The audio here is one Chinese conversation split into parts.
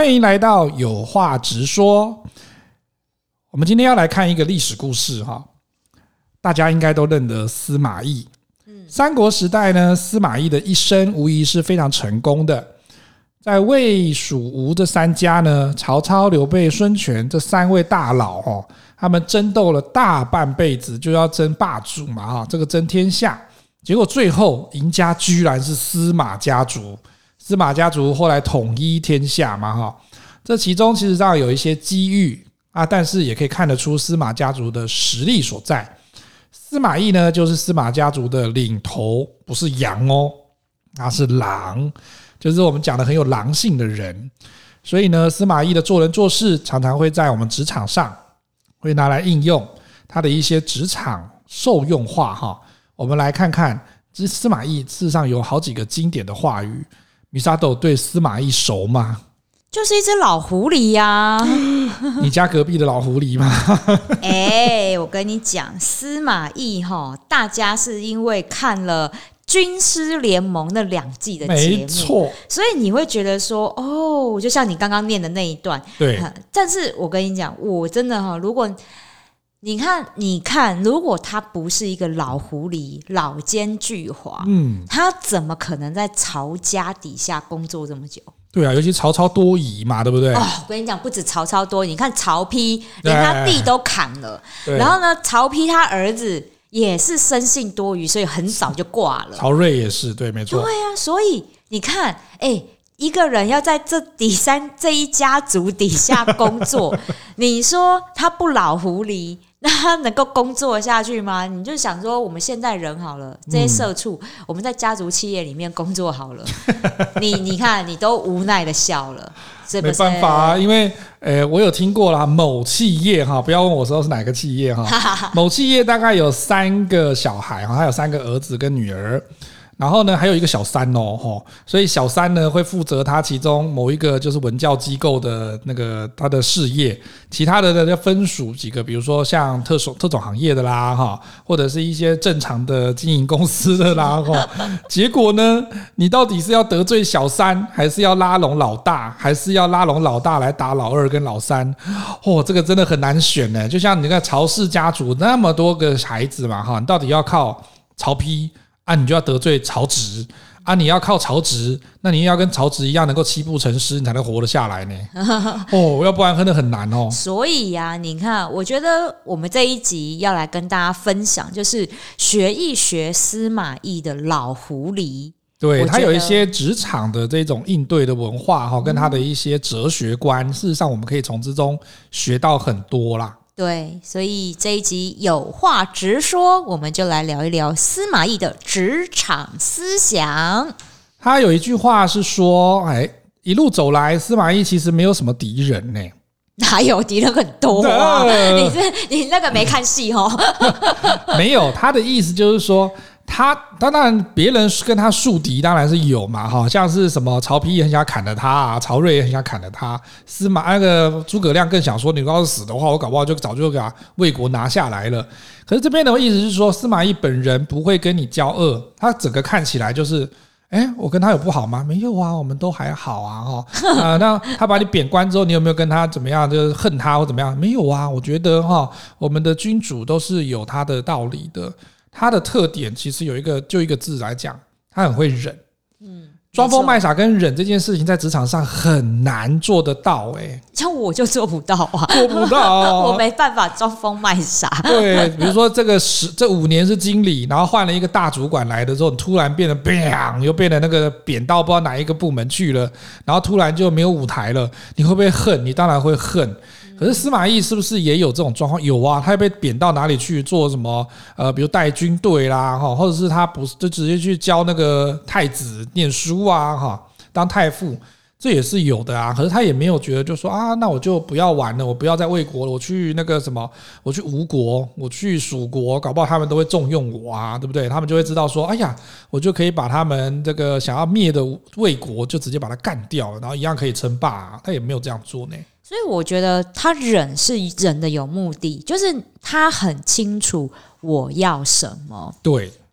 欢迎来到有话直说。我们今天要来看一个历史故事哈，大家应该都认得司马懿。三国时代呢，司马懿的一生无疑是非常成功的。在魏、蜀、吴这三家呢，曹操、刘备、孙权这三位大佬他们争斗了大半辈子，就要争霸主嘛这个争天下。结果最后赢家居然是司马家族。司马家族后来统一天下嘛这其中其实上有一些机遇但是也可以看得出司马家族的实力所在。司马懿呢，就是司马家族的领头，不是羊他是狼，就是我们讲的很有狼性的人。所以呢，司马懿的做人做事常常会在我们职场上会拿来应用他的一些职场受用话我们来看看司马懿事实上有好几个经典的话语。米沙豆对司马懿熟吗？ 就是一只老狐狸呀你家隔壁的老狐狸吗？ 我跟你讲，司马懿大家是因为看了军师联盟那2季的节目， 没错， 所以你会觉得说就像你刚刚念的那一段。 对， 但是我跟你讲，我真的如果你看，如果他不是一个老狐狸、老奸巨猾，他怎么可能在曹家底下工作这么久？ 对啊，尤其曹操多疑嘛，对不对？ 我跟你讲，不止曹操多疑，你看曹丕连他弟都砍了，然后呢，曹丕他儿子也是生性多疑，所以很早就挂了。 曹睿也是，对，没错。 对啊，所以你看，一个人要在这一家族底下工作，你说他不老狐狸，那他能够工作下去吗？你就想说，我们现代人好了，这些社畜，我们在家族企业里面工作好了，你看，你都无奈的笑了，是不是？ 没办法因为我有听过啦，某企业不要问我说是哪个企业某企业大概有3个小孩他有3个儿子跟女儿。然后呢，还有一个小三所以小三呢会负责他其中某一个就是文教机构的那个他的事业，其他的呢要分属几个，比如说像特种行业的啦或者是一些正常的经营公司的啦结果呢，你到底是要得罪小三，还是要拉拢老大，还是要拉拢老大来打老二跟老三？这个真的很难选呢。就像你看曹氏家族那么多个孩子嘛你到底要靠曹丕你就要得罪曹植你要靠曹植，那你要跟曹植一样能够七步成诗，你才能活得下来呢要不然真的很难所以你看，我觉得我们这一集要来跟大家分享，就是学一学司马懿的老狐狸。 对，他有一些职场的这种应对的文化跟他的一些哲学观，事实上我们可以从之中学到很多啦。 对，所以这一集有话直说，我们就来聊一聊司马懿的职场思想。 他有一句话是说一路走来司马懿其实没有什么敌人呢。 哪有，敌人很多你那个没看戏没有，他的意思就是说他当然别人跟他树敌当然是有嘛像是什么曹丕也很想砍了他曹睿也很想砍了他，那个诸葛亮更想说你要是死的话，我搞不好就早就给他魏国拿下来了。可是这边的意思是说，司马懿本人不会跟你交恶，他整个看起来就是我跟他有不好吗？没有我们都还好那他把你贬官之后，你有没有跟他怎么样，就是恨他或怎么样？没有我觉得我们的君主都是有他的道理的。他的特点其实有一个字来讲，他很会忍。装疯卖傻跟忍这件事情在职场上很难做得到像我就做不到做不到我没办法装疯卖傻。 对，比如说这5年是经理，然后换了一个大主管来的时候，你突然变得砰，又变得那个贬到不知道哪一个部门去了，然后突然就没有舞台了，你会不会恨？你当然会恨。可是司马懿是不是也有这种状况？有他被贬到哪里去做什么比如带军队啦或者是他不是就直接去教那个太子念书当太傅，这也是有的可是他也没有觉得就说那我就不要玩了，我不要在魏国了，我去那个什么，我去吴国，我去蜀国，搞不好他们都会重用我对不对？他们就会知道说哎呀，我就可以把他们这个想要灭的魏国就直接把它干掉了，然后一样可以称霸他也没有这样做呢。 所以我觉得他忍是忍的有目的，就是他很清楚我要什么。 对，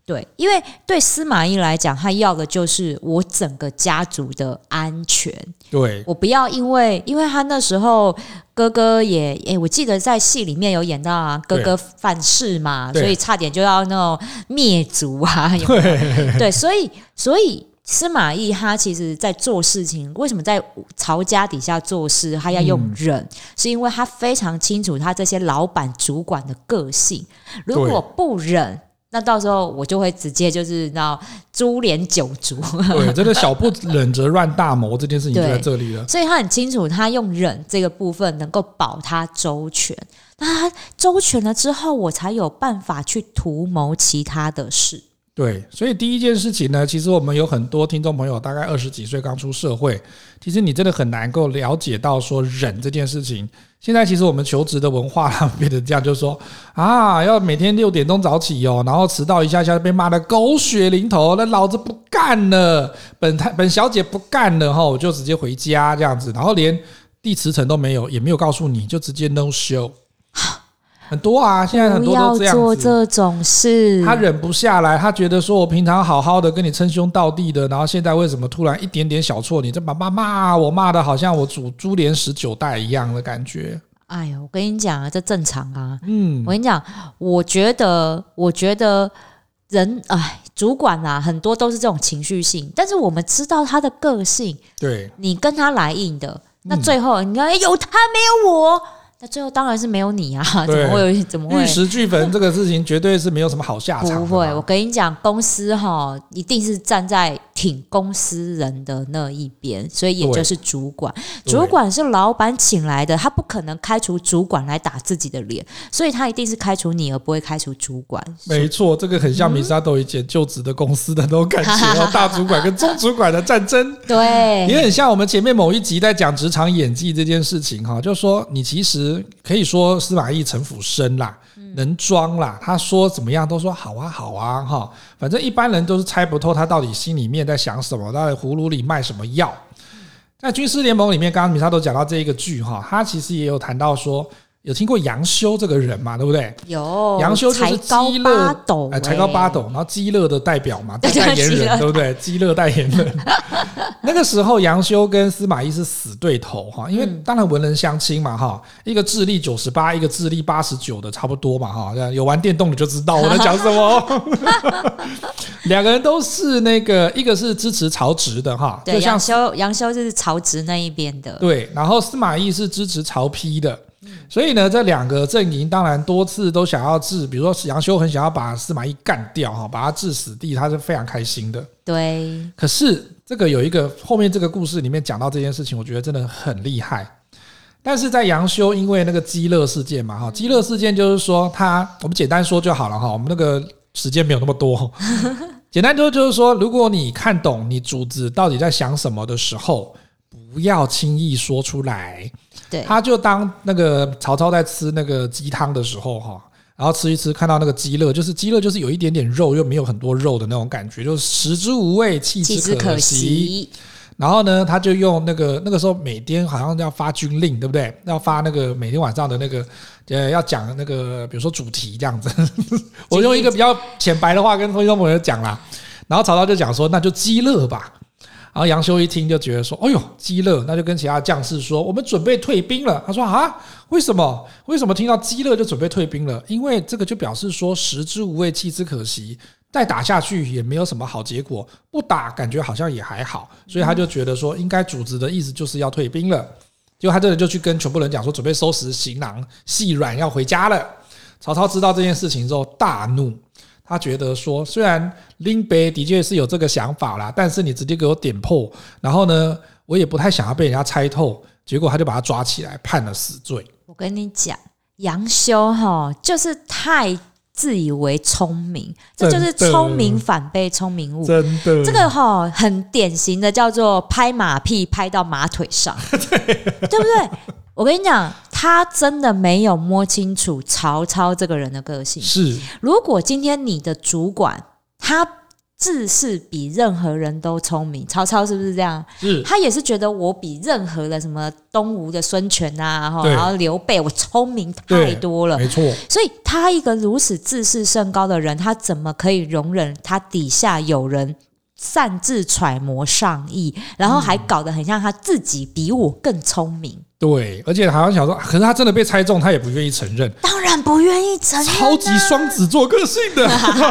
对，因为对司马懿来讲，他要的就是我整个家族的安全。 对， 我不要因为他那时候哥哥也我记得在戏里面有演到啊，哥哥犯事嘛，所以差点就要那种灭族啊，有没有？对，所以司马懿他其实在做事情，为什么在曹家底下做事他要用忍，是因为他非常清楚他这些老板主管的个性，如果不忍，那到时候我就会直接就是株连九族。 对，真的小不忍则乱大谋这件事情就在这里了。 所以他很清楚，他用忍这个部分能够保他周全。那他周全了之后，我才有办法去图谋其他的事。 对，所以第一件事情呢，其实我们有很多听众朋友大概20几岁刚出社会，其实你真的很难够了解到说忍这件事情。现在其实我们求职的文化变成这样，就是说啊，要每天6点钟早起哦，然后迟到一下被骂得狗血淋头，那老子不干了，本小姐不干了我就直接回家这样子，然后连递辞呈都没有，也没有告诉你，就直接 no show。很多啊，现在很多都这样子。 不要做这种事。 他忍不下来，他觉得说我平常好好的跟你称兄道弟的，然后现在为什么突然一点点小错，你这骂我骂的好像我株连19代一样的感觉。 哎呦，我跟你讲啊，这正常啊。我跟你讲，我觉得人主管啊，很多都是这种情绪性，但是我们知道他的个性， 对， 你跟他来硬的，那最后你看有他没有我。那最后当然是没有你啊，怎么会玉石俱焚这个事情绝对是没有什么好下场。 不会，我跟你讲，公司一定是站在挺公司人的那一边，所以也就是主管是老板请来的，他不可能开除主管来打自己的脸，所以他一定是开除你而不会开除主管。 没错，这个很像米沙豆以前就职的公司的那种感觉大主管跟中主管的战争。 对， 也很像我们前面某一集在讲职场演技这件事情就是说你其实可以说司马懿城府深啦，能装啦，他说怎么样都说好啊好啊反正一般人都是猜不透他到底心里面在想什么，到底葫芦里卖什么药。在军师联盟里面，刚刚米莎都讲到这一个剧他其实也有谈到说，有听过杨修这个人嘛，对不对？ 有， 杨修就是基勒才高八斗，然后基勒的代表嘛，代言人对不对？基勒代言人。那个时候杨修跟司马懿是死对头因为当然文人相亲嘛一个智力98，一个智力89的差不多嘛有玩电动的就知道我在讲什么。两个人都是一个是支持曹植的对，杨修是曹植那一边的， 对，然后司马懿是支持曹丕的。所以呢，这两个阵营当然多次都想要比如说杨修很想要把司马懿干掉把他置死地，他是非常开心的。 对， 可是这个有一个后面这个故事里面讲到这件事情，我觉得真的很厉害。但是在杨修因为那个基勒事件嘛基勒事件就是说我们简单说就好了我们那个时间没有那么多。简单说就是说，如果你看懂你主子到底在想什么的时候，不要轻易说出来。 对， 他就当那个曹操在吃那个鸡汤的时候然后吃一吃看到那个鸡肋，就是有一点点肉又没有很多肉的那种感觉，就是食之无味弃之可惜。然后呢他就用那个时候每天好像要发军令对不对，要发那个每天晚上的那个要讲那个比如说主题这样子。我用一个比较浅白的话跟听众朋友讲啦，然后曹操就讲说那就鸡肋吧。然后杨修一听就觉得说哎呦鸡肋，那就跟其他将士说我们准备退兵了。他说为什么听到鸡肋就准备退兵了？因为这个就表示说食之无味弃之可惜，再打下去也没有什么好结果，不打感觉好像也还好，所以他就觉得说应该主子的意思就是要退兵了。结果他这里就去跟全部人讲说准备收拾行囊细软要回家了。曹操知道这件事情之后大怒，他觉得说虽然林北的确是有这个想法啦，但是你直接给我点破，然后呢我也不太想要被人家猜透，结果他就把他抓起来判了死罪。 我跟你讲杨修就是太自以为聪明，这就是聪明反被聪明误。 真的， 这个很典型的叫做拍马屁拍到马腿上，对不对？我跟你讲，他真的没有摸清楚曹操这个人的个性。 是， 如果今天你的主管他自是比任何人都聪明。曹操是不是这样？ 是， 他也是觉得我比任何的什么东吴的孙权啊， 对然后刘备，我聪明太多了。 没错， 所以他一个如此自视甚高的人，他怎么可以容忍他底下有人擅自揣摩上意，然后还搞得很像他自己比我更聪明？ 对，而且好像想说，可是他真的被猜中，他也不愿意承认， 当然不愿意承认啊， 超级双子座个性的。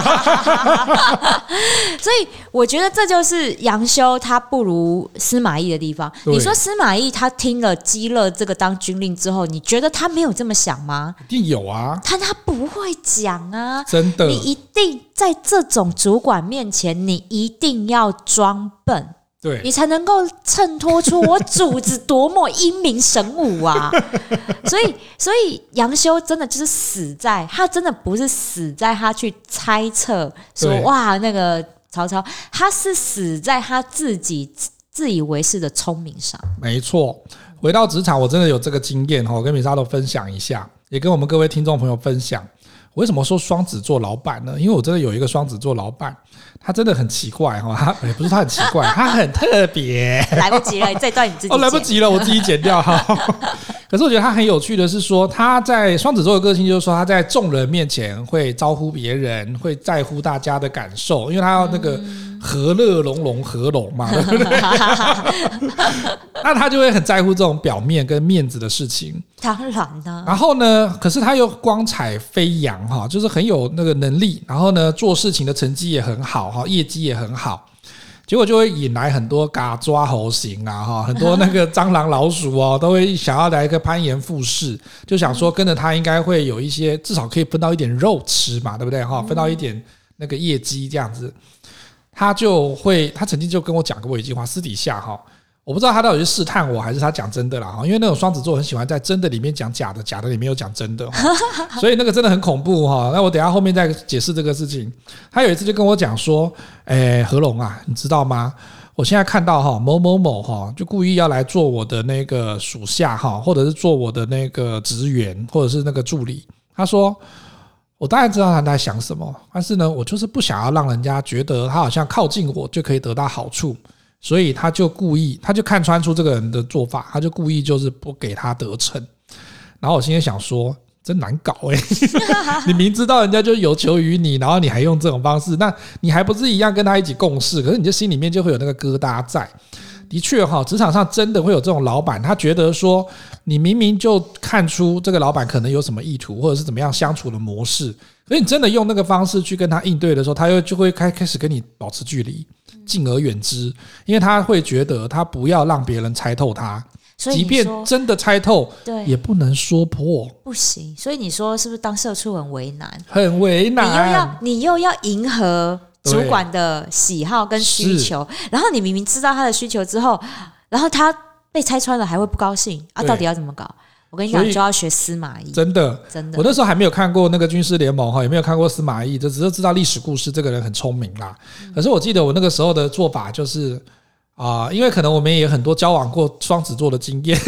所以我觉得这就是杨修他不如司马懿的地方。你说司马懿他听了姬乐这个当军令之后，你觉得他没有这么想吗？ 一定有啊， 他不会讲啊， 真的， 你一定在这种主管面前，你一定要装笨。 对， 你才能够衬托出我主子多么英明神武啊！所以杨修真的就是死在，他真的不是死在他去猜测说哇那个曹操，他是死在他自己自以为是的聪明上。 没错，回到职场，我真的有这个经验哈，跟米莎都分享一下，也跟我们各位听众朋友分享。为什么说双子座老板呢？因为我真的有一个双子座老板，他真的很奇怪哈，他也不是他很奇怪，他很特别。 来不及了，这段你自己剪。 来不及了，我自己剪掉哈。可是我觉得他很有趣的是说，他在双子座的个性就是说，他在众人面前会招呼别人，会在乎大家的感受，因为他要那个和乐融融合拢嘛，对不对？那他就会很在乎这种表面跟面子的事情。 当然啦。 然后呢，可是他又光彩飞扬哈，就是很有那个能力，然后呢，做事情的成绩也很好哈，业绩也很好。结果就会引来很多嘎抓猴型啊，很多那个蟑螂老鼠哦，都会想要来一个攀岩附势，就想说跟着他应该会有一些，至少可以分到一点肉吃嘛，对不对哈？分到一点那个业绩这样子，他曾经就跟我讲过一句话，私底下哈，我不知道他到底是试探我还是他讲真的啦，因为那种双子座很喜欢在真的里面讲假的，假的里面又讲真的，所以那个真的很恐怖哈。那我等一下后面再解释这个事情。他有一次就跟我讲说，何龙啊，你知道吗？我现在看到哈某某某哈，就故意要来做我的那个属下哈，或者是做我的那个职员，或者是那个助理。他说，我当然知道他在想什么，但是呢，我就是不想要让人家觉得他好像靠近我就可以得到好处。所以他就看穿出这个人的做法，他就故意就是不给他得逞。然后我心里想说，真难搞你明知道人家就有求于你，然后你还用这种方式，那你还不是一样跟他一起共事？可是你就心里面就会有那个疙瘩在。的确职场上真的会有这种老板，他觉得说你明明就看出这个老板可能有什么意图，或者是怎么样相处的模式，可是你真的用那个方式去跟他应对的时候，他就会开始跟你保持距离，敬而远之，因为他会觉得他不要让别人猜透他，即便真的猜透，也不能说破， 不行。所以你说是不是当社畜很为难？ 很为难， 你又要迎合主管的喜好跟需求，然后你明明知道他的需求之后，然后他被拆穿了还会不高兴啊？到底要怎么搞？我跟你讲，就要学司马懿。真的， 我那时候还没有看过那个军师联盟，也没有看过司马懿，就只是知道历史故事，这个人很聪明啦。可是我记得我那个时候的做法就是因为可能我们也很多交往过双子座的经验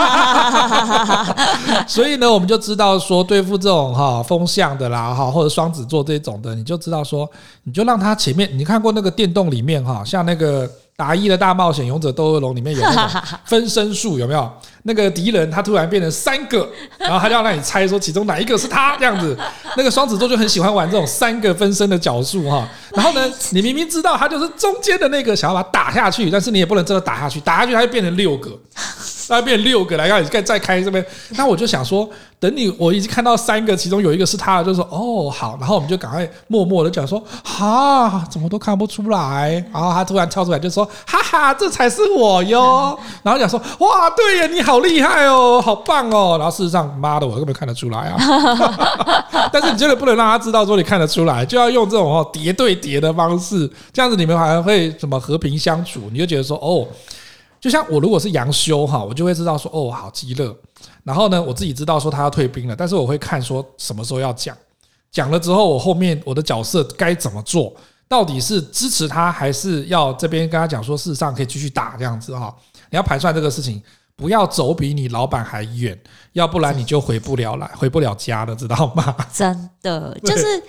所以呢我们就知道说对付这种风象的啦或者双子座这种的，你就知道说你就让他前面，你看过那个电动里面像那个达伊的大冒险勇者斗恶龙里面有那种分身术，有没有？那个敌人他突然变成3个，然后他就要让你猜说其中哪一个是他这样子。那个双子座就很喜欢玩这种3个分身的角术然后呢你明明知道他就是中间的那个想要把他打下去，但是你也不能真的打下去他就变成6个，他变成6个来让你再开这边。那我就想说等我已经看到3个其中有一个是他了，就说好，然后我们就赶快默默的讲说怎么都看不出来，然后他突然跳出来就说哈哈这才是我哟，然后讲说哇对耶你好厉害哦，好棒哦，然后事实上妈的我根本看得出来但是你真的不能让他知道说你看得出来，就要用这种叠对叠的方式，这样子你们还会什么和平相处，你就觉得说就像我如果是杨修我就会知道说好激乐，然后呢我自己知道说他要退兵了，但是我会看说什么时候要讲了之后我后面我的角色该怎么做，到底是支持他还是要这边跟他讲说事实上可以继续打这样子你要盘算这个事情，不要走比你老板还远，要不然你就回不了家了，知道吗？ 真的就是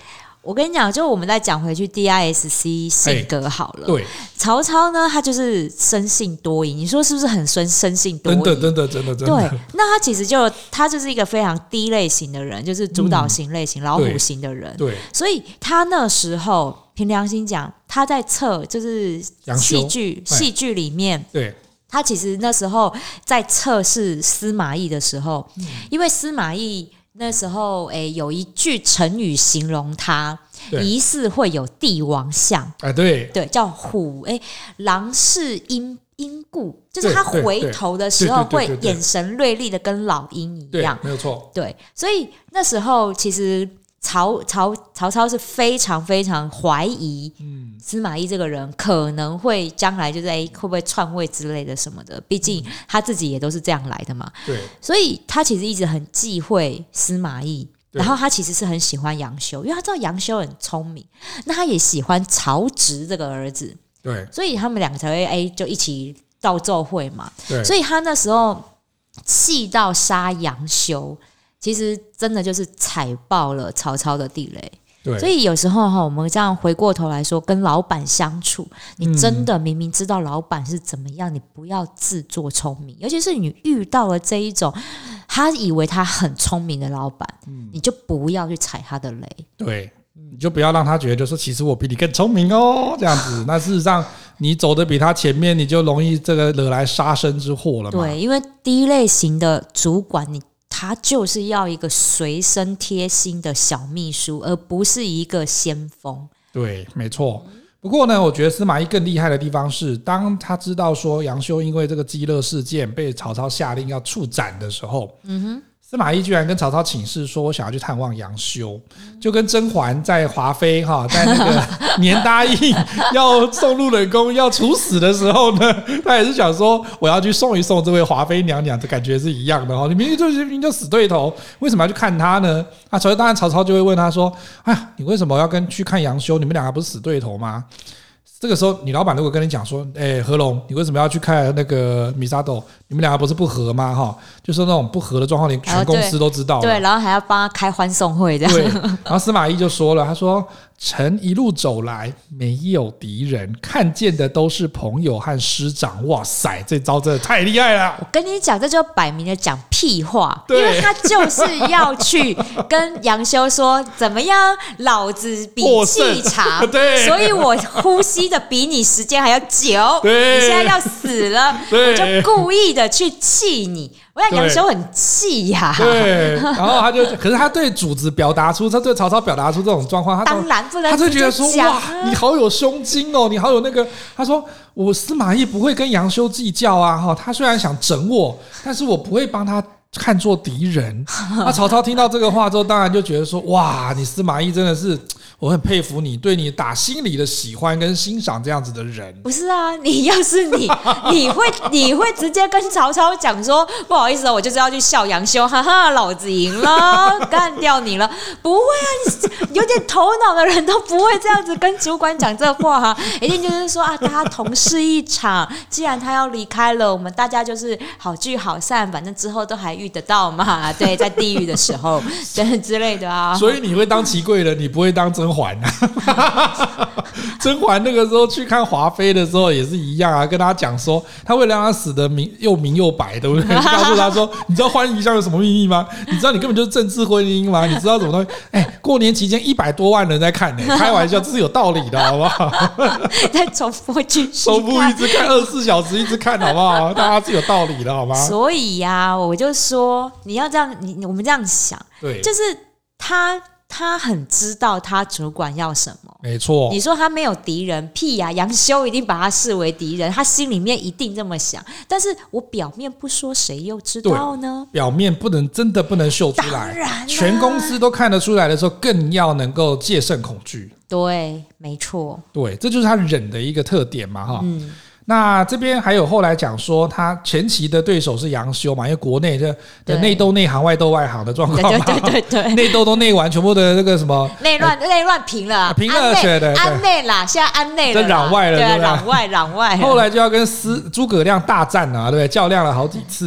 我跟你讲，就我们再讲回去 DISC 性格好了。 对， 曹操呢，他就是生性多疑，你说是不是很生性多疑？ 真的。 对，那他其实他就是一个非常低类型的人，就是主导型类型、老虎型的人。 对， 所以他那时候凭良心讲，他在测就是戏剧里面， 对。 他其实那时候在测试司马懿的时候，因为司马懿那时候有一句成语形容他疑似会有帝王相， 对， 叫狼视鹰顾，就是他回头的时候会眼神锐利的跟老鹰一样， 没有错。 对，所以那时候其实曹操是非常非常怀疑司马懿这个人可能会将来就是会不会篡位之类的什么的，毕竟他自己也都是这样来的嘛。 对， 所以他其实一直很忌讳司马懿，然后他其实是很喜欢杨修，因为他知道杨修很聪明，那他也喜欢曹植这个儿子， 对， 所以他们两个才会就一起到奏会嘛。 对， 所以他那时候气到杀杨修，其实真的就是踩爆了曹操的地雷。 对， 所以有时候我们这样回过头来说，跟老板相处，你真的明明知道老板是怎么样，你不要自作聪明，尤其是你遇到了这一种他以为他很聪明的老板，你就不要去踩他的雷。 对，你就不要让他觉得就说其实我比你更聪明哦，这样子。那事实上你走的比他前面，你就容易这个惹来杀身之祸了嘛。 对，因为第一类型的主管，他就是要一个随身贴心的小秘书，而不是一个先锋。 对，没错。不过呢，我觉得司马懿更厉害的地方是，当他知道说杨修因为这个激乐事件被曹操下令要处斩的时候，司马懿居然跟曹操请示说，我想要去探望杨修，就跟甄嬛在华妃在那个年答应要送入冷宫要处死的时候呢，他也是想说我要去送一送这位华妃娘娘，这感觉是一样的你明明就死对头，为什么要去看他呢？当然曹操就会问他说，哎，你为什么要去看杨修？你们两个不是死对头吗？这个时候你老板如果跟你讲说，何龙，你为什么要去看那个米沙斗？你们两个不是不合吗？就是那种不合的状况连全公司都知道了。 对，然后还要帮他开欢送会这样。 对，然后司马懿就说了，他说臣一路走来没有敌人，看见的都是朋友和师长。哇塞，这招真的太厉害了！ 我跟你讲，这就摆明了讲屁话，因为他就是要去跟杨修说怎么样，老子比气长，所以我呼吸的比你时间还要久，你现在要死了，我就故意的去气你。我想杨修很气呀， 对，然后可是他对主子表达出，他对曹操表达出这种状况， 当然不能， 他就觉得说哇，你好有胸襟哦，你好有那个，他说我司马懿不会跟杨修计较啊，他虽然想整我，但是我不会帮他看作敌人。那曹操听到这个话之后，当然就觉得说哇，你司马懿真的是，我很佩服你，对你打心里的喜欢跟欣赏这样子的人。 不是啊，你要是你会直接跟曹操讲说，不好意思我就是要去笑杨修，哈哈，老子赢了，干掉你了。不会啊，你有点头脑的人都不会这样子跟主管讲这话一定就是说大家同事一场，既然他要离开了，我们大家就是好聚好散，反正之后都还遇得到嘛，对，在地狱的时候之类的啊。 所以你会当齐贵人，你不会当甄嬛啊。甄嬛那个时候去看华妃的时候也是一样啊，跟他讲说，他为了让他死得又明又白，对不对？告诉他说，你知道欢宜香有什么秘密吗？你知道你根本就是政治婚姻吗？你知道什么东西？过年期间100多万人在看开玩笑，这是有道理的，好不好？ 再重复去重复一直看24小时一直看，好不好？大家是有道理的，好吗？ 所以呀，我就说你要这样，我们这样想， 对， 就是他很知道他主管要什么， 没错。 你说他没有敌人，屁呀！杨修一定把他视为敌人，他心里面一定这么想。但是我表面不说，谁又知道呢？ 表面真的不能秀出来， 当然全公司都看得出来的时候，更要能够戒慎恐惧。 对，没错， 对，这就是他忍的一个特点嘛，那这边还有后来讲说，他前期的对手是杨修嘛，因为国内的内斗内行、外斗外行的状况嘛， 对， 内斗都内完，全部的那个什么内乱平了， 平了， 安内啦，现在安内了， 这攘外了， 对，攘外。 后来就要跟诸葛亮大战啊，对不对？较量了好几次。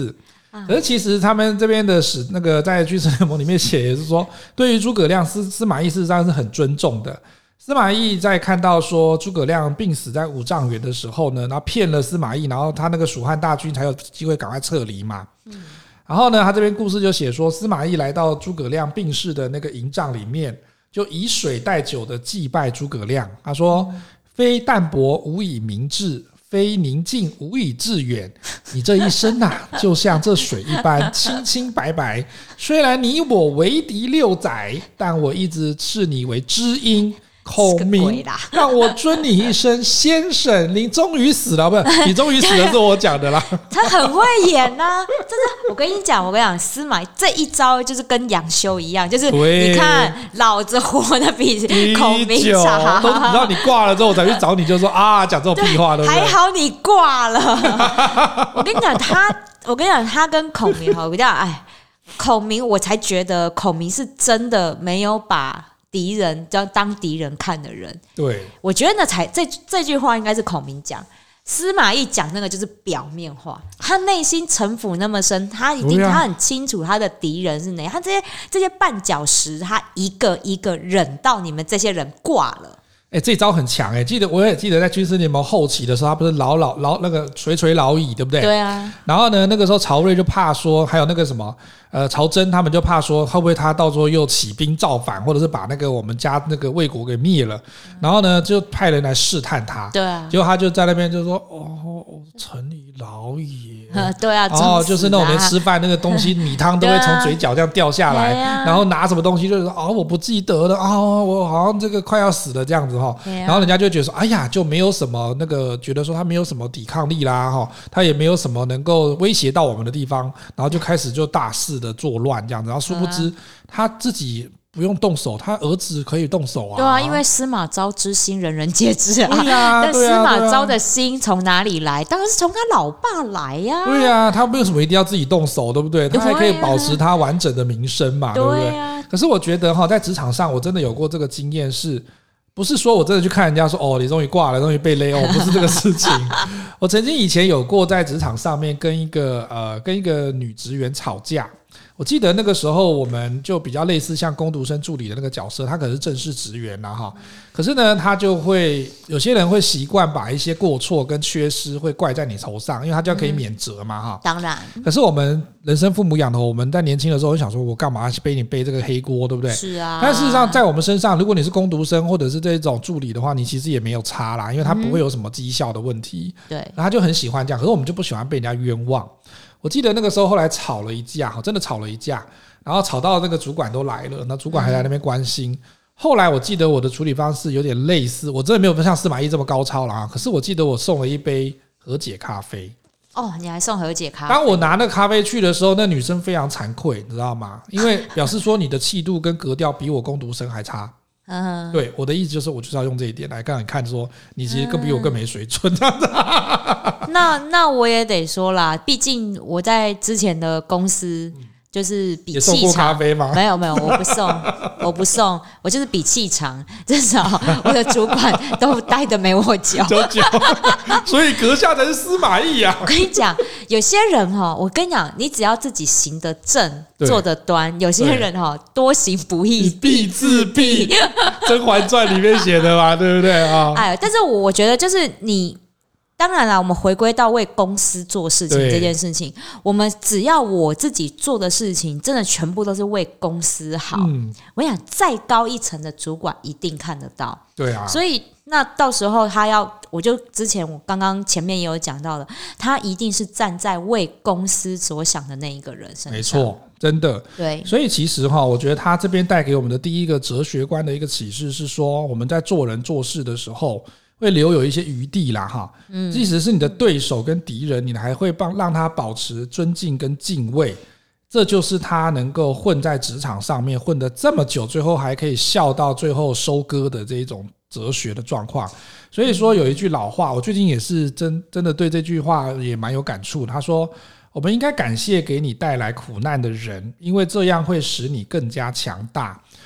可是其实他们这边的那个在军事联盟里面写也是说，对于诸葛亮司马懿事实上是很尊重的。司马懿在看到说诸葛亮病死在五丈原的时候呢，然后骗了司马懿，然后他那个蜀汉大军才有机会赶快撤离嘛。然后呢，他这边故事就写说，司马懿来到诸葛亮病逝的那个营帐里面，就以水代酒的祭拜诸葛亮。他说：“非淡泊无以明志，非宁静无以致远。你这一生啊，就像这水一般清清白白。虽然你我为敌6载，但我一直视你为知音。孔明让我尊你一声先生，你终于死了，不是你终于死了是我讲的啦。 他很会演啊，真的。我跟你讲，司马这一招就是跟杨修一样，就是你看老子活得比孔明长， 都你知道你挂了之后我才去找你，就说啊讲这种屁话，对不对？ 还好你挂了。我跟你讲，他跟孔明我跟你讲，孔明我才觉得孔明是真的没有把敌人当敌人看的人。 对， 我觉得这句话应该是孔明讲，司马懿讲那个就是表面话，他内心城府那么深，他很清楚他的敌人是哪，他这些绊脚石，他一个一个忍到你们这些人挂了。 这招很强我也记得在军事联盟后期的时候，他不是老那个垂老矣，对不对？ 对啊。 然后呢，那个时候曹睿就怕说，还有那个什么曹真他们就怕说，会不会他到时候又起兵造反，或者是把那个我们家那个魏国给灭了？然后呢，就派人来试探他。 对啊。 结果他就在那边就说：“城里老也。” 对啊。 就是那种连吃饭那个东西米汤都会从嘴角这样掉下来，然后拿什么东西就是说我不记得了我好像这个快要死了这样子然后人家就觉得说，哎呀，就没有什么那个觉得说他没有什么抵抗力啦他也没有什么能够威胁到我们的地方，然后就开始就大肆的作乱这样子，然后殊不知他自己不用动手，他儿子可以动手啊。 对啊，因为司马昭之心人人皆知啊。 对啊， 但司马昭的心从哪里来？当然是从他老爸来呀。 对啊，他为什么一定要自己动手，对不对？他还可以保持他完整的名声嘛，对不对？可是我觉得在职场上我真的有过这个经验，是不是说我真的去看人家说你终于挂了，终于被勒不是这个事情。我曾经以前有过在职场上面跟一个女职员吵架。我记得那个时候我们就比较类似像工读生助理的那个角色，他可能是正式职员啦可是呢他就会有些人会习惯把一些过错跟缺失会怪在你头上，因为他就可以免责嘛当然。 可是我们人生父母养的，我们在年轻的时候就想说，我干嘛背这个黑锅，对不对？ 是啊。 但事实上在我们身上，如果你是工读生或者是这种助理的话，你其实也没有差啦，因为他不会有什么绩效的问题。 对。 然后他就很喜欢这样，可是我们就不喜欢被人家冤枉。我记得那个时候后来吵了一架，真的吵了一架，然后吵到那个主管都来了，那主管还在那边关心。后来我记得我的处理方式有点类似，我真的没有像司马懿这么高超啦可是我记得我送了一杯和解咖啡。 你还送和解咖啡？ 当我拿那咖啡去的时候，那女生非常惭愧，你知道吗？因为表示说你的气度跟格调比我工读生还差。对，我的意思就是我就是要用这一点来让你看说你其实更比我更没水准这样子。 那我也得说啦，毕竟我在之前的公司就是比气场。 也送过咖啡吗？ 没有，我不送，我就是比气场，至少我的主管都待得没我久。 所以阁下才是司马懿啊！ 我跟你讲，有些人我跟你讲，你只要自己行得正，做得端，有些人多行不义必自毙，《甄嬛传》里面写的嘛，对不对啊？ 但是我觉得就是你。当然啦，我们回归到为公司做事情这件事情，我们只要我自己做的事情，真的全部都是为公司好。我想再高一层的主管一定看得到。 对啊， 所以那到时候我就之前我刚刚前面也有讲到了，他一定是站在为公司所想的那一个人身上。 没错，真的。 对， 所以其实我觉得他这边带给我们的第一个哲学观的一个启示是说，我们在做人做事的时候。会留有一些余地啦即使是你的对手跟敌人，你还会让他保持尊敬跟敬畏，这就是他能够混在职场上面混得这么久，最后还可以笑到最后收割的这一种哲学的状况。所以说有一句老话，我最近也是真的对这句话也蛮有感触，他说我们应该感谢给你带来苦难的人，因为这样会使你更加强大。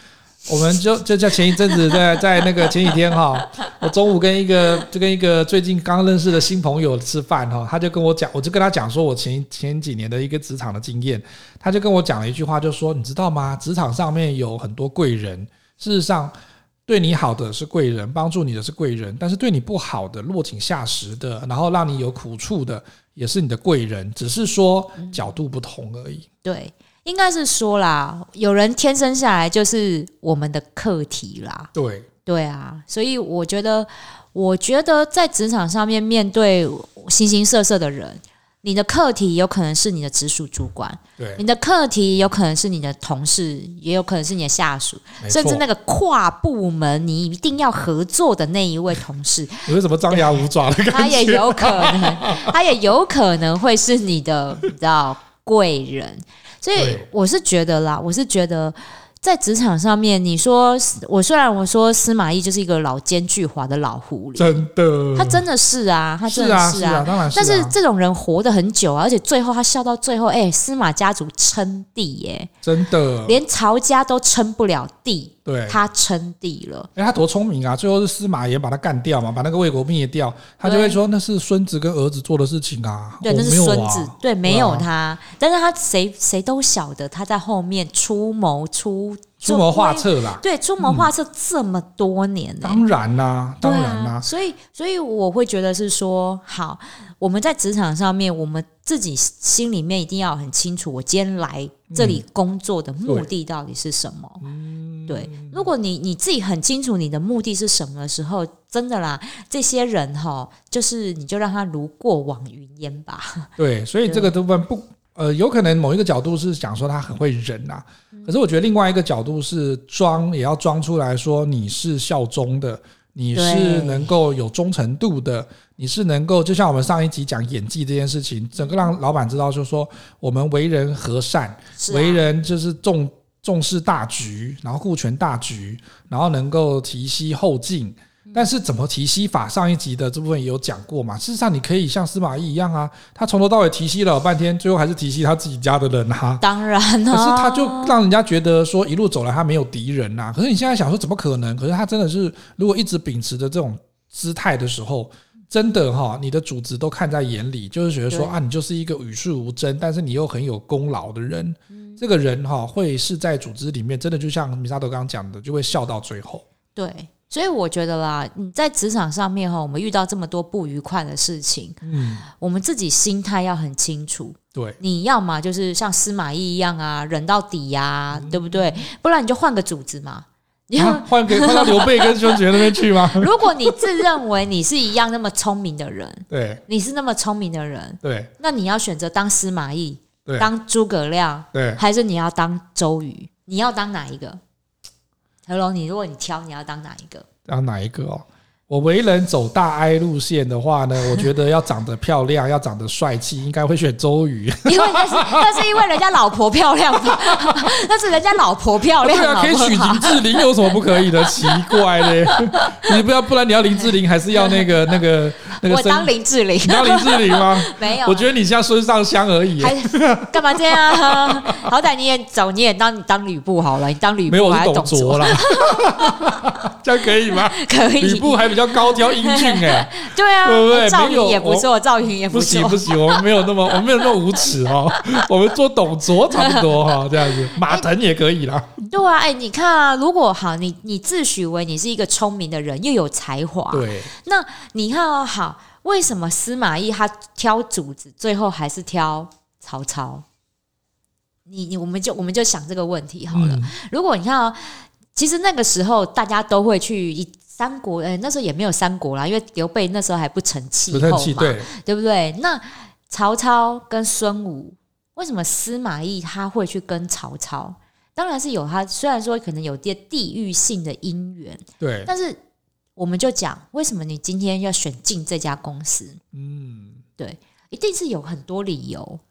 我们就在前一阵子在那个前几天我中午跟一个最近刚认识的新朋友吃饭他就跟我讲，我就跟他讲说我前几年的一个职场的经验，他就跟我讲了一句话，就说你知道吗？职场上面有很多贵人，事实上对你好的是贵人，帮助你的是贵人，但是对你不好的、落井下石的，然后让你有苦处的，也是你的贵人，只是说角度不同而已。 对，应该是说啦，有人天生下来就是我们的课题啦。对啊，所以我觉得在职场上面面对形形色色的人，你的课题有可能是你的直属主管， 对， 你的课题有可能是你的同事，也有可能是你的下属，甚至那个跨部门你一定要合作的那一位同事， 有什么张牙舞爪的感觉？ 他也有可能会是你的，你知道，贵人。所以我是觉得在职场上面，你说虽然我说司马懿就是一个老奸巨猾的老狐狸， 真的， 他真的是啊，他真的是啊， 当然是啊。 但是这种人活得很久啊，而且最后他笑到最后，司马家族称帝耶， 真的， 连曹家都称不了帝， 对， 他称帝了。 他多聪明啊！最后是司马炎把他干掉嘛，把那个魏国灭掉，他就会说那是孙子跟儿子做的事情啊。 对，那是孙子，对，没有他， 啊、 但是他谁都晓得他在后面出谋划策啦， 对，出谋划策这么多年、 当然啦，当然啦、 所以我会觉得是说，好，我们在职场上面，我们自己心里面一定要很清楚，我今天来这里工作的目的到底是什么。对，如果你自己很清楚你的目的是什么的时候，真的啦，这些人就是你就让他如过往云烟吧。 对，所以这个部分有可能某一个角度是讲说他很会忍啊，可是我觉得另外一个角度是也要装出来说你是效忠的，你是能够有忠诚度的，你是能够就像我们上一集讲演技这件事情，整个让老板知道就是说我们为人和善，为人就是重视大局，然后顾全大局，然后能够提携后进。但是怎么提携法，上一集的这部分也有讲过嘛。事实上你可以像司马懿一样啊，他从头到尾提携了半天，最后还是提携他自己家的人啊。 当然啊， 可是他就让人家觉得说一路走来他没有敌人啊。可是你现在想说怎么可能？可是他真的是如果一直秉持着这种姿态的时候，真的你的主子都看在眼里，就是觉得说啊，你就是一个与世无争，但是你又很有功劳的人。这个人会是在组织里面真的就像米沙头刚刚讲的，就会笑到最后。 对，所以我觉得啦，你在职场上面我们遇到这么多不愉快的事情，我们自己心态要很清楚。 对， 你要嘛就是像司马懿一样啊，忍到底啊，对不对？不然你就换个主子嘛。 换到刘备跟孙权那边去吗？ 如果你自认为你是一样那么聪明的人， 对， 你是那么聪明的人， 对， 那你要选择当司马懿， 对， 当诸葛亮， 对， 还是你要当周瑜？你要当哪一个？何龙，如果你挑，你要当哪一个？ 当哪一个哦？我为人走大 I 路线的话呢，我觉得要长得漂亮，要长得帅气，应该会选周瑜。 因为那是因为人家老婆漂亮吧？那是人家老婆漂亮， 对啊，可以娶林志玲，有什么不可以的？奇怪嘞！你不然你要林志玲，还是要那个？ 我当林志玲， 你当林志玲吗？ 没有， 我觉得你像孙尚香而已。 干嘛这样？好歹你也当吕布好了，你当吕布没有，我是董卓啦。这样可以吗？ 可以， 吕布还比较高挑英俊哎。 对啊， 对不对？ 赵云也不错，赵云也不错。 不行，我们没有那么无耻我们做董卓差不多这样子，马腾也可以啦。 对啊，你看啊，如果好，你自诩为你是一个聪明的人，又有才华， 对， 那你看好，为什么司马懿他挑主子，最后还是挑曹操？我们就想这个问题好了。如果你看其实那个时候大家都会去三国，那时候也没有三国啦，因为刘备那时候还不成气候嘛，对不对？那曹操跟孙武，为什么司马懿他会去跟曹操？当然是有他，虽然说可能有些地域性的因缘， 对， 但是我们就讲，为什么你今天要选进这家公司？对，一定是有很多理由。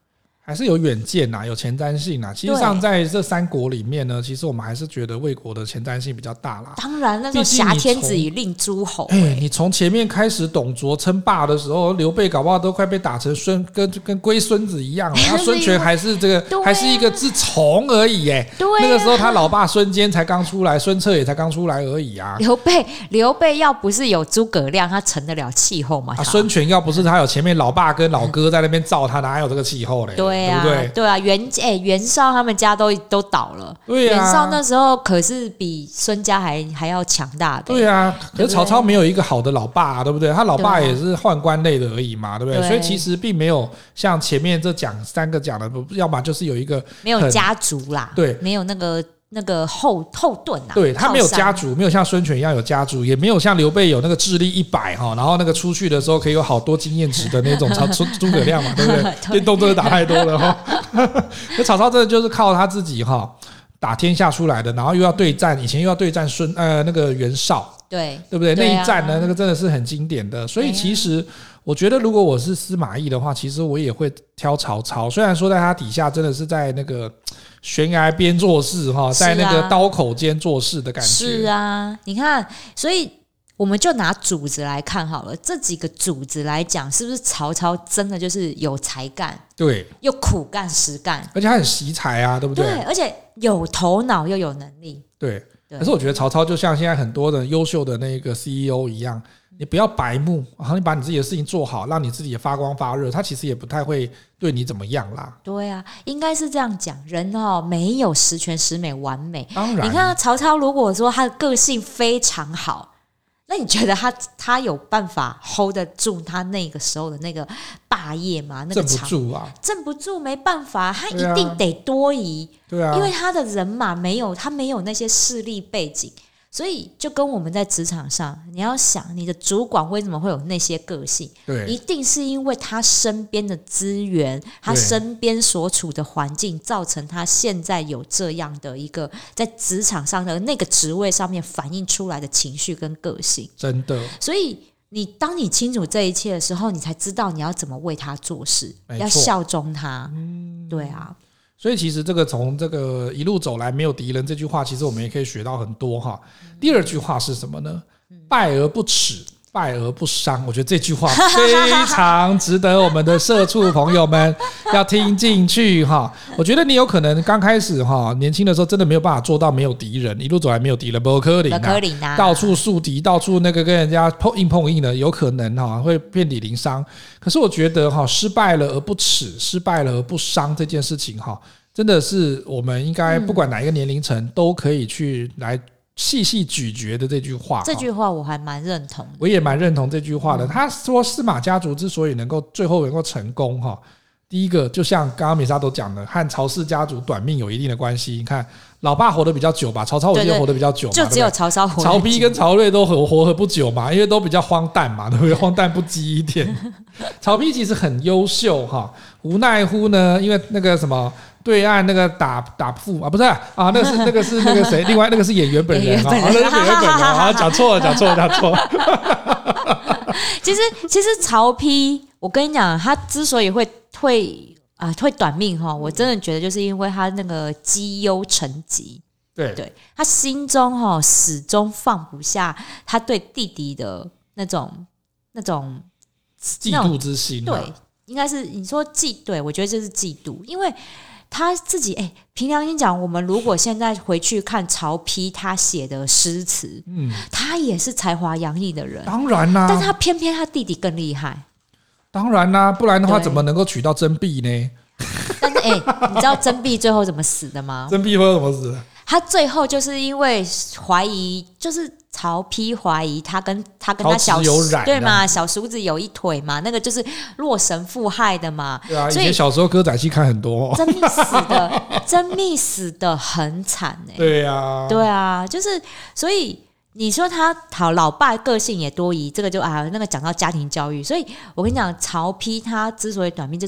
还是有远见呐，有前瞻性呐。其实上在这三国里面呢，其实我们还是觉得魏国的前瞻性比较大啦。 当然，那时候挟天子以令诸侯。 你从前面开始董卓称霸的时候，刘备搞不好都快被打成跟龟孙子一样了。那孙权还是还是一个只虫而已那个时候他老爸孙坚才刚出来，孙策也才刚出来而已啊。 刘备要不是有诸葛亮，他成得了气候吗？ 孙权要不是他有前面老爸跟老哥在那边罩他，哪有这个气候嘞？ 对啊， 对不对？ 对啊，袁绍他们家都倒了。 对啊， 袁绍那时候可是比孙家还要强大的。 对啊，可是曹操没有一个好的老爸对不对？他老爸也是宦官类的而已嘛，对不对？所以其实并没有像前面这三个讲的，要么就是有一个没有家族啦， 对， 没有那个后盾啊， 对，他没有家族，没有像孙权一样有家族，也没有像刘备有那个智力100然后那个出去的时候可以有好多经验值的那种诸葛亮嘛，对不对？电动真的打太多了那曹操真的就是靠他自己打天下出来的，然后又要对战，以前又要对战那个袁绍，对不对？那一战呢，那个真的是很经典的。所以其实我觉得，如果我是司马懿的话，其实我也会挑曹操。虽然说在他底下真的是在那个悬崖边做事在那个刀口间做事的感觉。 是啊，你看，所以我们就拿主子来看好了，这几个主子来讲，是不是曹操真的就是有才干， 对， 又苦干实干， 而且他很惜才啊，对不对？ 对，而且有头脑又有能力。 对，可是我觉得曹操就像现在很多的优秀的那个 CEO 一样，你不要白目，然后你把你自己的事情做好，让你自己也发光发热，他其实也不太会对你怎么样啦。 对啊，应该是这样讲，人没有十全十美完美。 当然， 你看曹操如果说他的个性非常好，那你觉得他有办法 hold 得住他那个时候的那个霸业吗？那个镇不住啊， 镇不住，没办法，他一定得多疑。 对啊， 因为他的人马他没有那些势力背景，所以就跟我们在职场上，你要想你的主管为什么会有那些个性， 对， 一定是因为他身边的资源，他身边所处的环境，造成他现在有这样的一个在职场上的那个职位上面反映出来的情绪跟个性。 真的， 所以当你清楚这一切的时候，你才知道你要怎么为他做事，要效忠他。对啊。 所以其实这个从这个一路走来没有敌人这句话，其实我们也可以学到很多第二句话是什么呢？败而不耻，败而不伤。我觉得这句话非常值得我们的社畜朋友们要听进去我觉得你有可能刚开始年轻的时候真的没有办法做到没有敌人，一路走来没有敌人，不可能啊，到处树敌，到处那个跟人家碰硬的，有可能会遍体鳞伤。可是我觉得失败了而不耻，失败了而不伤这件事情真的是我们应该不管哪一个年龄层都可以去来细细咀嚼的这句话。 这句话我还蛮认同的， 我也蛮认同这句话的。他说司马家族之所以最后能够成功第一个就像刚刚美莎都讲的，和曹氏家族短命有一定的关系。你看老爸活得比较久吧，曹操我记得活得比较久嘛， 就只有曹操活得久。 曹丕跟曹睿都活不久嘛，因为都比较荒诞嘛，对不对？荒诞不羁一点。曹丕其实很优秀无奈乎呢，因为那个什么对岸那个打富不是那个是那个谁，另外那个是演员本人那是演员本人讲错了。 其实曹丕，我跟你讲，他之所以会短命我真的觉得就是因为他那个积忧成疾。对，他心中始终放不下他对弟弟的那种嫉妒之心。 对，应该是你说对，我觉得这是嫉妒，因为他自己凭良心讲，我们如果现在回去看曹丕他写的诗词，他也是才华洋溢的人， 当然啦， 但是他偏偏他弟弟更厉害， 当然啦，不然的话怎么能够娶到甄宓呢？ 但是你知道甄宓最后怎么死的吗？ 甄宓会怎么死的？ 他最后就是因为怀疑，就是曹丕怀疑他跟他小对嘛，小叔子有一腿嘛，那个就是洛神附害的嘛。 对啊，以前小时候歌仔戏看很多甄宓死的很惨对啊， 对啊，就是所以你说他好，老爸个性也多疑，这个就那个讲到家庭教育，所以我跟你讲，曹丕他之所以短命，就是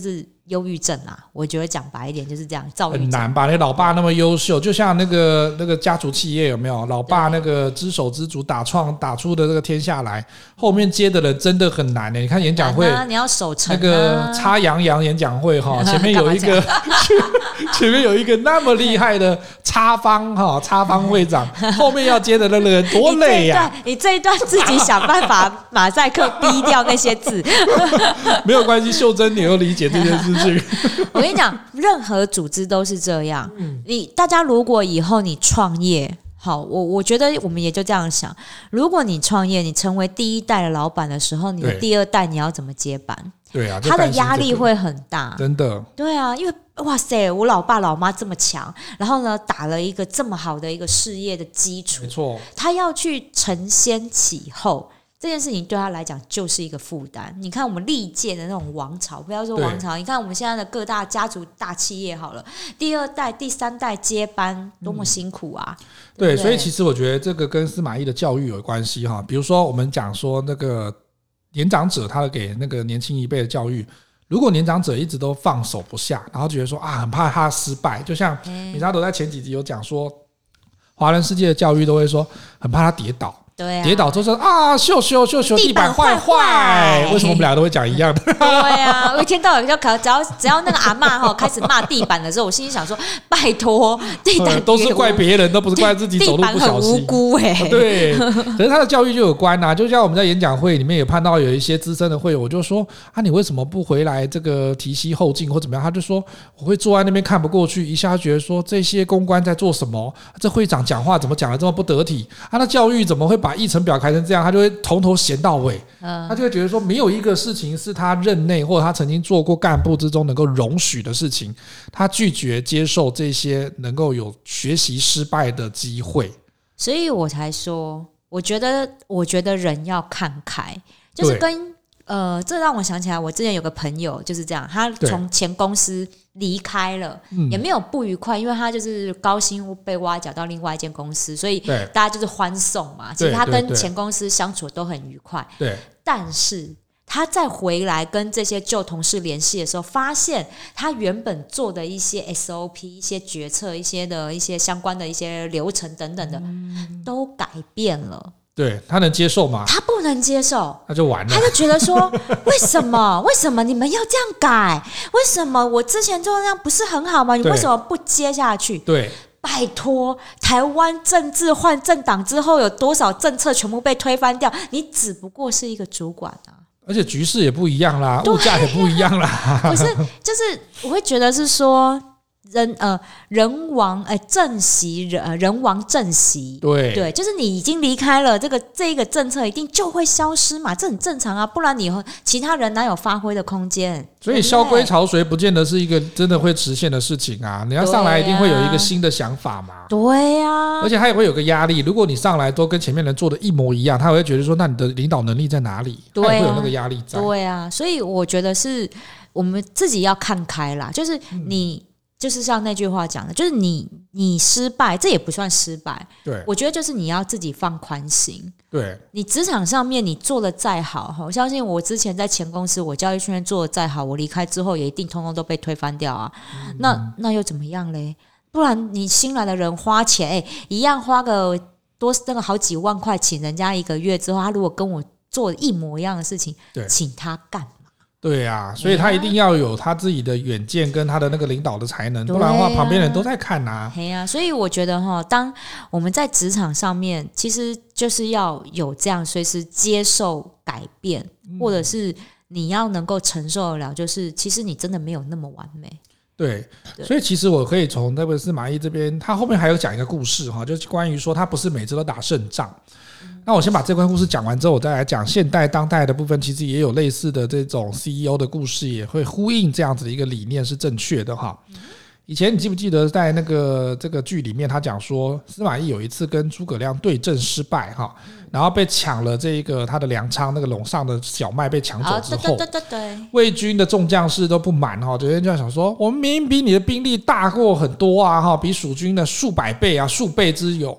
忧郁症啊，我觉得讲白一点就是这样，躁郁症很难吧？你老爸那么优秀，就像那个家族企业有没有？老爸那个只手之足打出的这个天下来，后面接的人真的很难的。你看演讲会， 你要守成那个插杨洋演讲会哈，前面有一个前面有一个那么厉害的插方会长，后面要接的那个人多累呀！ 你这一段自己想办法马赛克逼掉那些字， 没有关系，秀珍你又理解这件事情。 我跟你讲，任何组织都是这样。大家如果以后你创业，好，我觉得我们也就这样想。如果你创业，你成为第一代的老板的时候，你的第二代你要怎么接班？ 对啊， 他的压力会很大， 真的。 对啊，因为哇塞，我老爸老妈这么强，然后呢，打了一个这么好的一个事业的基础， 没错， 他要去承先启后。这件事情对他来讲就是一个负担。你看我们历届的那种王朝，不要说王朝，你看我们现在的各大家族大企业好了，第二代、第三代接班多么辛苦啊！ 对，所以其实我觉得这个跟司马懿的教育有关系哈。比如说我们讲说那个年长者他给那个年轻一辈的教育，如果年长者一直都放手不下，然后觉得说很怕他失败，就像米沙朵在前几集有讲说，华人世界的教育都会说很怕他跌倒。 对啊， 跌倒之后说秀地板坏，为什么我们俩都会讲一样的？ 对啊，我一天到晚就只要那个阿嬷开始骂地板的时候，我心里想说，拜托，地板都是怪别人，都不是怪自己走路不小心。地板很无辜对，可是他的教育就有关啊。就像我们在演讲会里面也看到有一些资深的会友，我就说你为什么不回来这个提携后进或怎么样？他就说我会坐在那边看不过去，一下觉得说这些公关在做什么？这会长讲话怎么讲得这么不得体？那教育怎么会把议程表改成这样？他就会从头闲到尾，他就会觉得说没有一个事情是他任内或者他曾经做过干部之中能够容许的事情，他拒绝接受这些能够有学习失败的机会。 所以我才说，我觉得人要看开，就是跟这让我想起来，我之前有个朋友就是这样，他从前公司离开了，也没有不愉快，因为他就是高薪被挖角到另外一间公司，所以大家就是欢送嘛。其实他跟前公司相处都很愉快， 对。 但是他再回来跟这些旧同事联系的时候，发现他原本做的一些 SOP、一些决策、一些相关的一些流程等等的，都改变了。 对，他能接受吗？ 他不能接受， 那就完了。 他就觉得说，为什么你们要这样改？为什么我之前做的那样不是很好吗？你为什么不接下去？ 对， 拜托，台湾政治换政党之后，有多少政策全部被推翻掉？你只不过是一个主管啊， 而且局势也不一样啦，物价也不一样啦。 不是，就是我会觉得是说。人亡政息，人亡政息，对，就是你已经离开了这个政策，一定就会消失嘛，这很正常啊，不然你其他人哪有发挥的空间？ 所以萧规曹随不见得是一个真的会实现的事情啊，你要上来一定会有一个新的想法嘛。 对啊， 而且他也会有个压力，如果你上来都跟前面人做的一模一样，他会觉得说，那你的领导能力在哪里？他也会有那个压力在。 对啊，所以我觉得是我们自己要看开啦，就是你。就是像那句话讲的，就是你失败，这也不算失败。 对， 我觉得就是你要自己放宽心。 对， 你职场上面你做的再好，我相信我之前在前公司我教育训练做的再好，我离开之后也一定通通都被推翻掉啊。那又怎么样嘞？不然你新来的人花钱，一样花个那个好几万块请人家一个月之后，他如果跟我做一模一样的事情，请他干。 对啊，所以他一定要有他自己的远见跟他的那个领导的才能，不然的话旁边人都在看啊。 对啊，所以我觉得当我们在职场上面，其实就是要有这样随时接受改变，或者是你要能够承受得了，就是其实你真的没有那么完美。 对，所以其实我可以从那个司马懿这边，他后面还有讲一个故事哈，就是关于说他不是每次都打胜仗。那我先把这段故事讲完之后，我再来讲现代当代的部分，其实也有类似的这种 CEO 的故事，也会呼应这样子的一个理念是正确的哈。以前你记不记得在那个这个剧里面，他讲说司马懿有一次跟诸葛亮对阵失败哈，然后被抢了这个他的粮仓，那个垄上的小麦被抢走之后，魏军的众将士都不满哈，有人就想说，我们明明比你的兵力大过很多啊哈，比蜀军的数百倍啊数倍之有。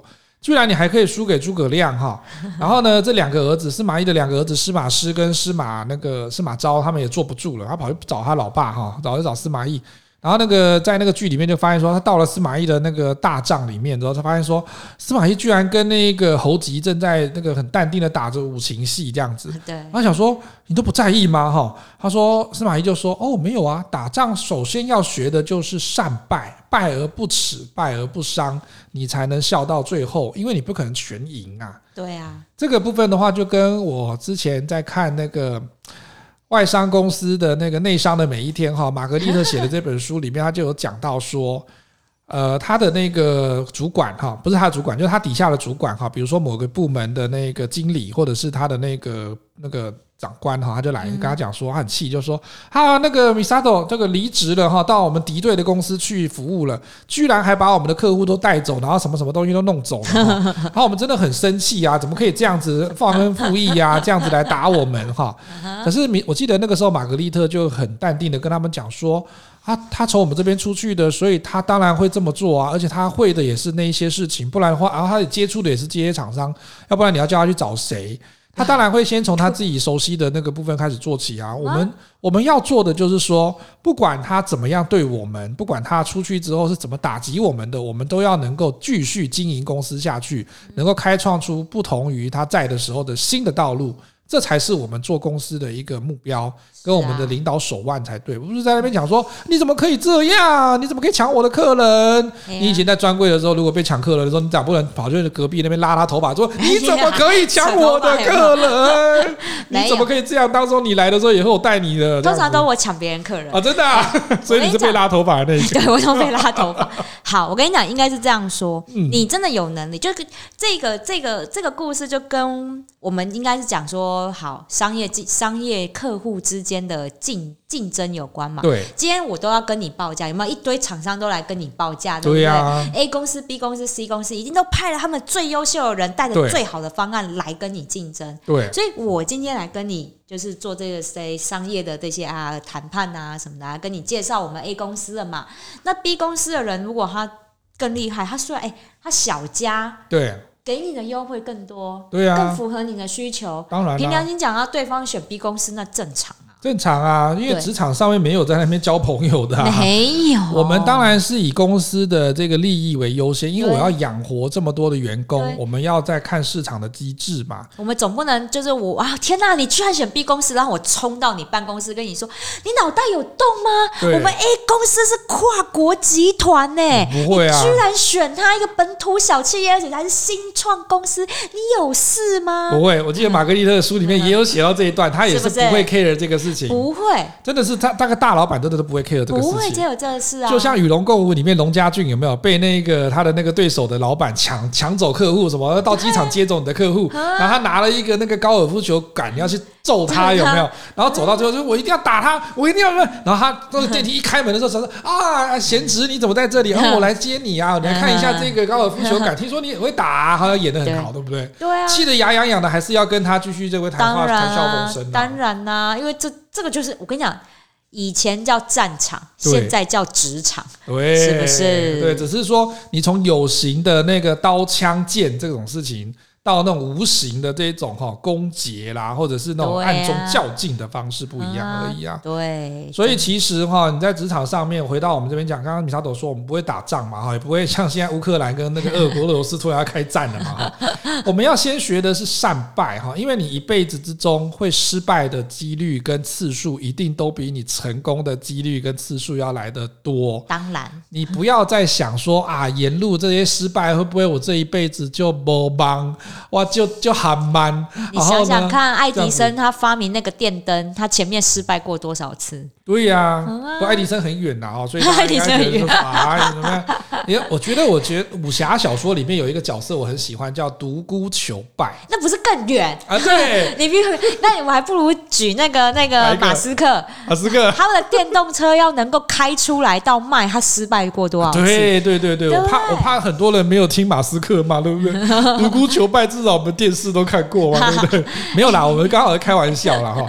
居然你还可以输给诸葛亮哈。然后呢，这两个儿子司马懿的两个儿子司马师跟司马昭，他们也坐不住了，他跑去找他老爸哈，找司马懿。然后在那个剧里面就发现说，他到了司马懿的那个大帐里面之后，他发现说司马懿居然跟那个侯吉正在那个很淡定的打着五禽戏这样子。 对， 然后想说你都不在意吗？哈，他说司马懿就说没有啊，打仗首先要学的就是善败，败而不耻，败而不伤，你才能笑到最后，因为你不可能全赢啊。 对啊， 这个部分的话，就跟我之前在看那个外商公司的那个内商的每一天哈，玛格丽特写的这本书里面，他就有讲到说，他的那个主管哈，不是他的主管，就是他底下的主管哈，比如说某个部门的那个经理，或者是他的那个长官哈，他就来跟他讲说，他很气，就说那个 Misato 这个离职了哈，到我们敌对的公司去服务了，居然还把我们的客户都带走，然后什么什么东西都弄走了，然后我们真的很生气啊，怎么可以这样子忘恩负义啊，这样子来打我们哈？可是我记得那个时候玛格丽特就很淡定的跟他们讲说，他从我们这边出去的，所以他当然会这么做啊，而且他会的也是那一些事情，不然的话，然后他接触的也是这些厂商，要不然你要叫他去找谁？他当然会先从他自己熟悉的那个部分开始做起啊。我们要做的就是说，不管他怎么样对我们，不管他出去之后是怎么打击我们的，我们都要能够继续经营公司下去，能够开创出不同于他在的时候的新的道路。这才是我们做公司的一个目标，跟我们的领导手腕才对。不是在那边讲说你怎么可以这样，你怎么可以抢我的客人？你以前在专柜的时候，如果被抢客人的时候，你咋不能跑去隔壁那边拉他头发，说你怎么可以抢我的客人？你怎么可以这样？当初你来的时候也是我带你的， 通常都我抢别人客人啊，真的啊，所以你是被拉头发的那一个。 对，我都被拉头发。好，我跟你讲，应该是这样说，你真的有能力，就是这个故事就跟我们应该是讲说。好，商业客户之间的竞争有关嘛？ 对， 今天我都要跟你报价，有没有一堆厂商都来跟你报价？对不对？对啊 ，A 公司、B 公司、C 公司一定都派了他们最优秀的人，带着最好的方案来跟你竞争。 对， 所以我今天来跟你就是做这个商业的这些谈判啊什么的跟你介绍我们 A 公司了嘛。那 B 公司的人如果他更厉害，他虽然他小家对。 给你的优惠更多， 对啊， 更符合你的需求。 当然， 凭良心讲对方选 B 公司那正常啊。 正常啊，因为职场上面没有在那边交朋友的没有。 我们当然是以公司的这个利益为优先，因为我要养活这么多的员工，我们要再看市场的机制嘛。 我们总不能就是天哪，你居然选 B 公司，然后我冲到你办公室跟你说，你脑袋有洞吗？我们 A 公司是跨国集团呢， 不会啊， 你居然选他一个本土小企业，而且还是新创公司，你有事吗？ 不会，我记得玛格丽特的书里面也有写到这一段，他也是不会 care 这个事情。 不会， 真的是他大概大老板真的都不会 care 这个事情， 不会有这个事啊。 就像《与龙共舞》里面龙家俊有没有被那个他的那个对手的老板抢走客户，什么到机场接走你的客户，然后他拿了一个那个高尔夫球杆，你要去揍他有没有？然后走到最后就我一定要打他，我一定要，然后他那个电梯一开门的时候，说贤侄你怎么在这里？然后我来接你啊，你来看一下这个高尔夫球杆，听说你很会打，好像演得很好，对不对？ 对啊， 气得牙痒痒的，还是要跟他继续这位谈话谈笑风生。 当然啦，因为这个就是我跟你讲。以前叫战场，现在叫职场， 对， 是不是？ 对，只是说你从有形的那个刀枪剑这种事情，到那种无形的这种攻讦啦，或者是那种暗中较劲的方式不一样而已啊。 对， 所以其实你在职场上面，回到我们这边讲，刚刚米沙斗说我们不会打仗嘛，也不会像现在乌克兰跟那个俄罗斯突然要开战了嘛。我们要先学的是善败，因为你一辈子之中会失败的几率跟次数，一定都比你成功的几率跟次数要来得多。 当然， 你不要再想说沿路这些失败会不会我这一辈子就没帮。哇，就还慢。 你想想看，爱迪生他发明那个电灯，他前面失败过多少次？ 对呀，爱迪生很远呐，所以爱迪生很远怎么样？我觉得武侠小说里面有一个角色我很喜欢，叫独孤求败。 那不是更远啊？对， 那我还不如举那个马斯克，他们的电动车要能够开出来到卖，他失败过多少次？ 对，我怕很多人没有听马斯克嘛，对不对？独孤求败至少我们电视都看过嘛，对不对？没有啦，我们刚好是开玩笑啦哈。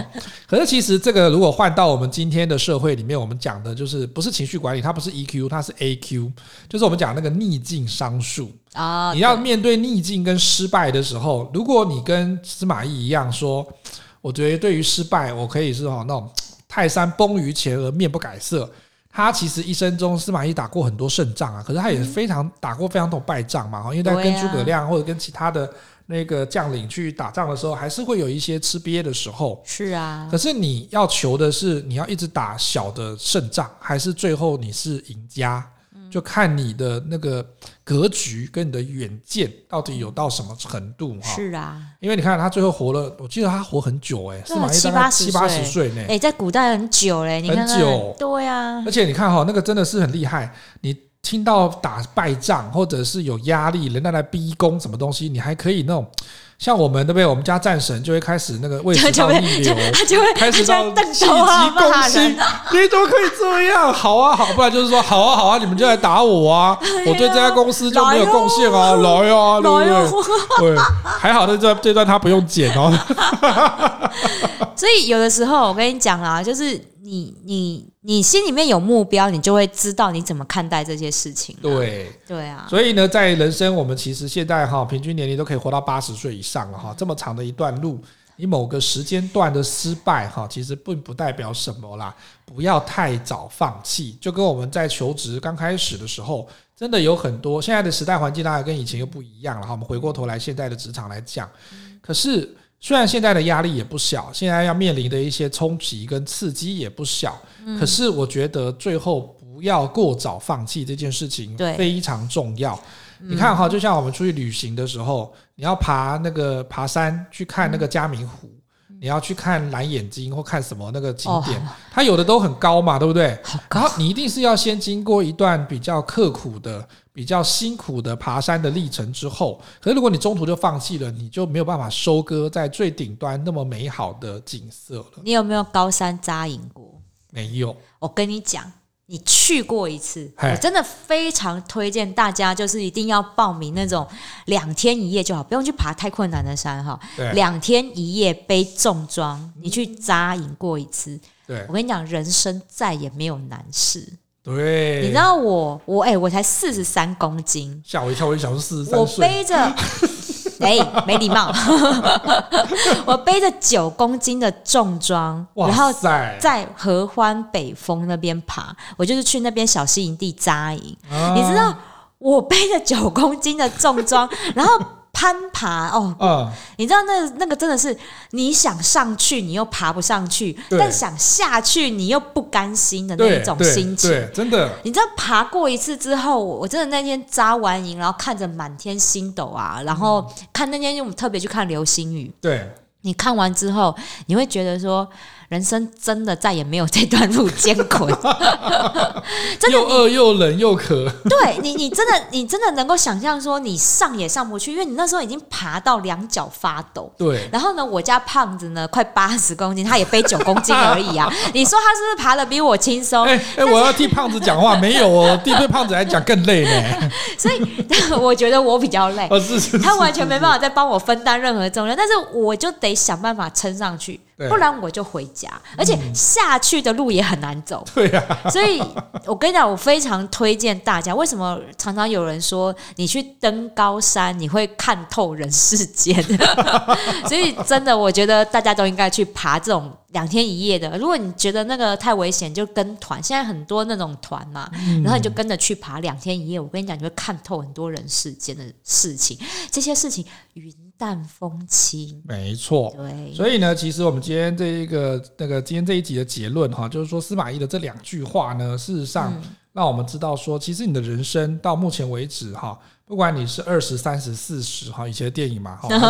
可是其实这个如果换到我们今天的社会里面，我们讲的就是不是情绪管理，它不是 EQ， 它是 AQ， 就是我们讲那个逆境商数啊。你要面对逆境跟失败的时候，如果你跟司马懿一样说，我觉得对于失败，我可以是那种泰山崩于前而面不改色。他其实一生中司马懿打过很多胜仗啊，可是他也打过非常多败仗嘛，因为他跟诸葛亮或者跟其他的那个将领去打仗的时候，还是会有一些吃瘪的时候。 是啊， 可是你要求的是，你要一直打小的胜仗，还是最后你是赢家？就看你的那个格局跟你的远见到底有到什么程度。 是啊， 因为你看他最后活了，我记得他活很久司马懿大概70-80岁呢。 在古代很久嘞，你看看， 很久， 对啊。 而且你看那个真的是很厉害，你听到打败仗或者是有压力，人家来逼宫什么东西，你还可以那种。像我们对不对？我们家战神就会开始那个胃食道逆流，开始到气急攻心。你怎么可以这样？好啊好，不然就是说好啊好啊，你们就来打我啊！我对这家公司就没有贡献啊，来啊，对不对？对，还好这段他不用剪哦。 所以有的时候我跟你讲啦，就是你心里面有目标，你就会知道你怎么看待这些事情。 对啊， 所以呢，在人生我们其实现在平均年龄都可以活到80岁以上了这么长的一段路，你某个时间段的失败其实并不代表什么啦，不要太早放弃。就跟我们在求职刚开始的时候，真的有很多现在的时代环境当然跟以前又不一样了我们回过头来现在的职场来讲，可是虽然现在的压力也不小，现在要面临的一些冲击跟刺激也不小，可是我觉得最后不要过早放弃这件事情非常重要。你看就像我们出去旅行的时候，你要爬山去看那个嘉明湖，你要去看蓝眼睛或看什么那个景点，它有的都很高嘛，对不对？然后你一定是要先经过一段比较刻苦的比较辛苦的爬山的历程之后，可是如果你中途就放弃了，你就没有办法收割在最顶端那么美好的景色了。 你有没有高山扎营过？ 没有。 我跟你讲，你去过一次，我真的非常推荐大家，就是一定要报名那种2天1夜就好，不用去爬太困难的山2天1夜背重装，你去扎营过一次，我跟你讲，人生再也没有难事。 对， 你知道我才43公斤， 吓我一跳，我就想说43岁， 我背着没礼貌我背着9公斤的重装，然后在合欢北峰那边爬，我就是去那边小溪营地扎营你知道我背着9公斤的重装然后攀爬你知道那个真的是你想上去你又爬不上去，但想下去你又不甘心的那种心情。 对，真的。 你知道爬过一次之后，我真的那天扎完营，然后看着满天星斗然后看那天我们特别去看流星雨。 对， 你看完之后，你会觉得说，人生真的再也没有这段路艰困真的又饿又冷又渴对你真的能够想象说你上也上不去，因为你那时候已经爬到2脚发抖。 对， 然后呢，我家胖子呢快80公斤，他也背9公斤而已你说他是不是爬得比我轻松？ 我要替胖子讲话，没有对胖子来讲更累呢所以我觉得我比较累是他完全没办法再帮我分担任何重量，但是我就得想办法撑上去，不然我就回家，而且下去的路也很难走。 对所以我跟你讲，我非常推荐大家。为什么常常有人说你去登高山你会看透人世间所以真的我觉得大家都应该去爬这种2天1夜的。如果你觉得那个太危险，就跟团，现在很多那种团嘛，然后你就跟着去爬2天1夜。我跟你讲，你会看透很多人世间的事情，这些事情云淡风轻。 没错， 对。 所以呢，其实我们今天今天这一集的结论就是说司马懿的这2句话呢，事实上让我们知道说，其实你的人生到目前为止不管你是20、30、40以前的电影嘛还是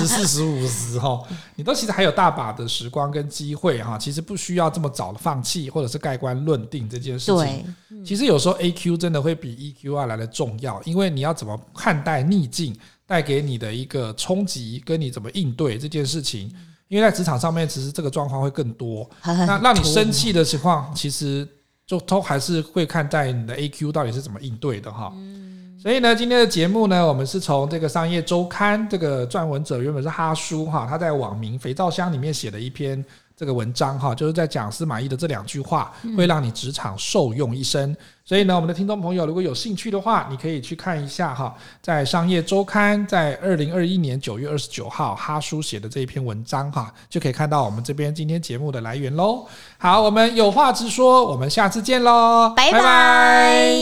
30、40、50你都其实还有大把的时光跟机会其实不需要这么早的放弃或者是盖棺论定这件事情。其实有时候 AQ 真的会比 EQ 来的重要，因为你要怎么看待逆境带给你的一个冲击，跟你怎么应对这件事情。因为在职场上面其实这个状况会更多，那让你生气的情况其实就都还是会看待你的 AQ 到底是怎么应对的所以呢，今天的节目呢，我们是从这个商业周刊这个撰文者原本是哈叔他在网名肥皂箱里面写了一篇这个文章哈，就是在讲司马懿的这2句话会让你职场受用一生。所以呢，我们的听众朋友如果有兴趣的话，你可以去看一下哈，在商业周刊在2021年9月29号哈叔写的这一篇文章哈，就可以看到我们这边今天节目的来源咯。好，我们有话直说，我们下次见咯， 拜拜。